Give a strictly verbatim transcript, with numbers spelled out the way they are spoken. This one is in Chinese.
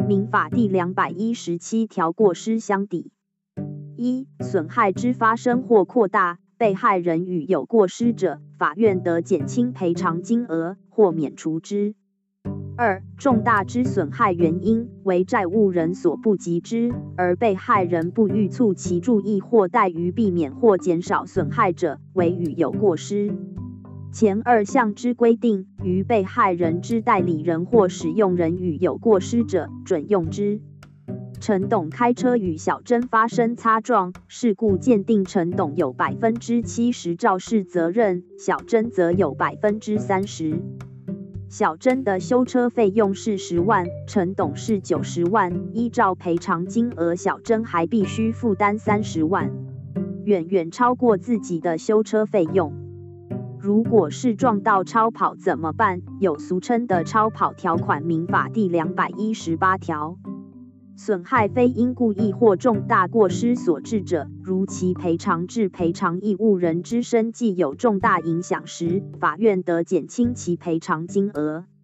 民法第两百一十七条过失相抵。一、损害之发生或扩大，被害人与有过失者，法院得减轻赔偿金额或免除之。二、重大之损害原因为债务人所不及知，而被害人不欲促其注意或怠于避免或减少损害者，为与有过失。前二项之规定，于被害人之代理人或使用人与有过失者，准用之。陈董开车与小珍发生擦撞事故，鉴定陈董有百分之七十肇事责任，小珍则有百分之三十。小珍的修车费用是十万，陈董是九十万，依照赔偿金额，小珍还必须负担三十万，远远超过自己的修车费用。如果是撞到超跑怎么办？有俗称的超跑条款，民法第两百一十八条。损害非因故意或重大过失所致者，如其赔偿致赔偿义务人之生计有重大影响时，法院得减轻其赔偿金额。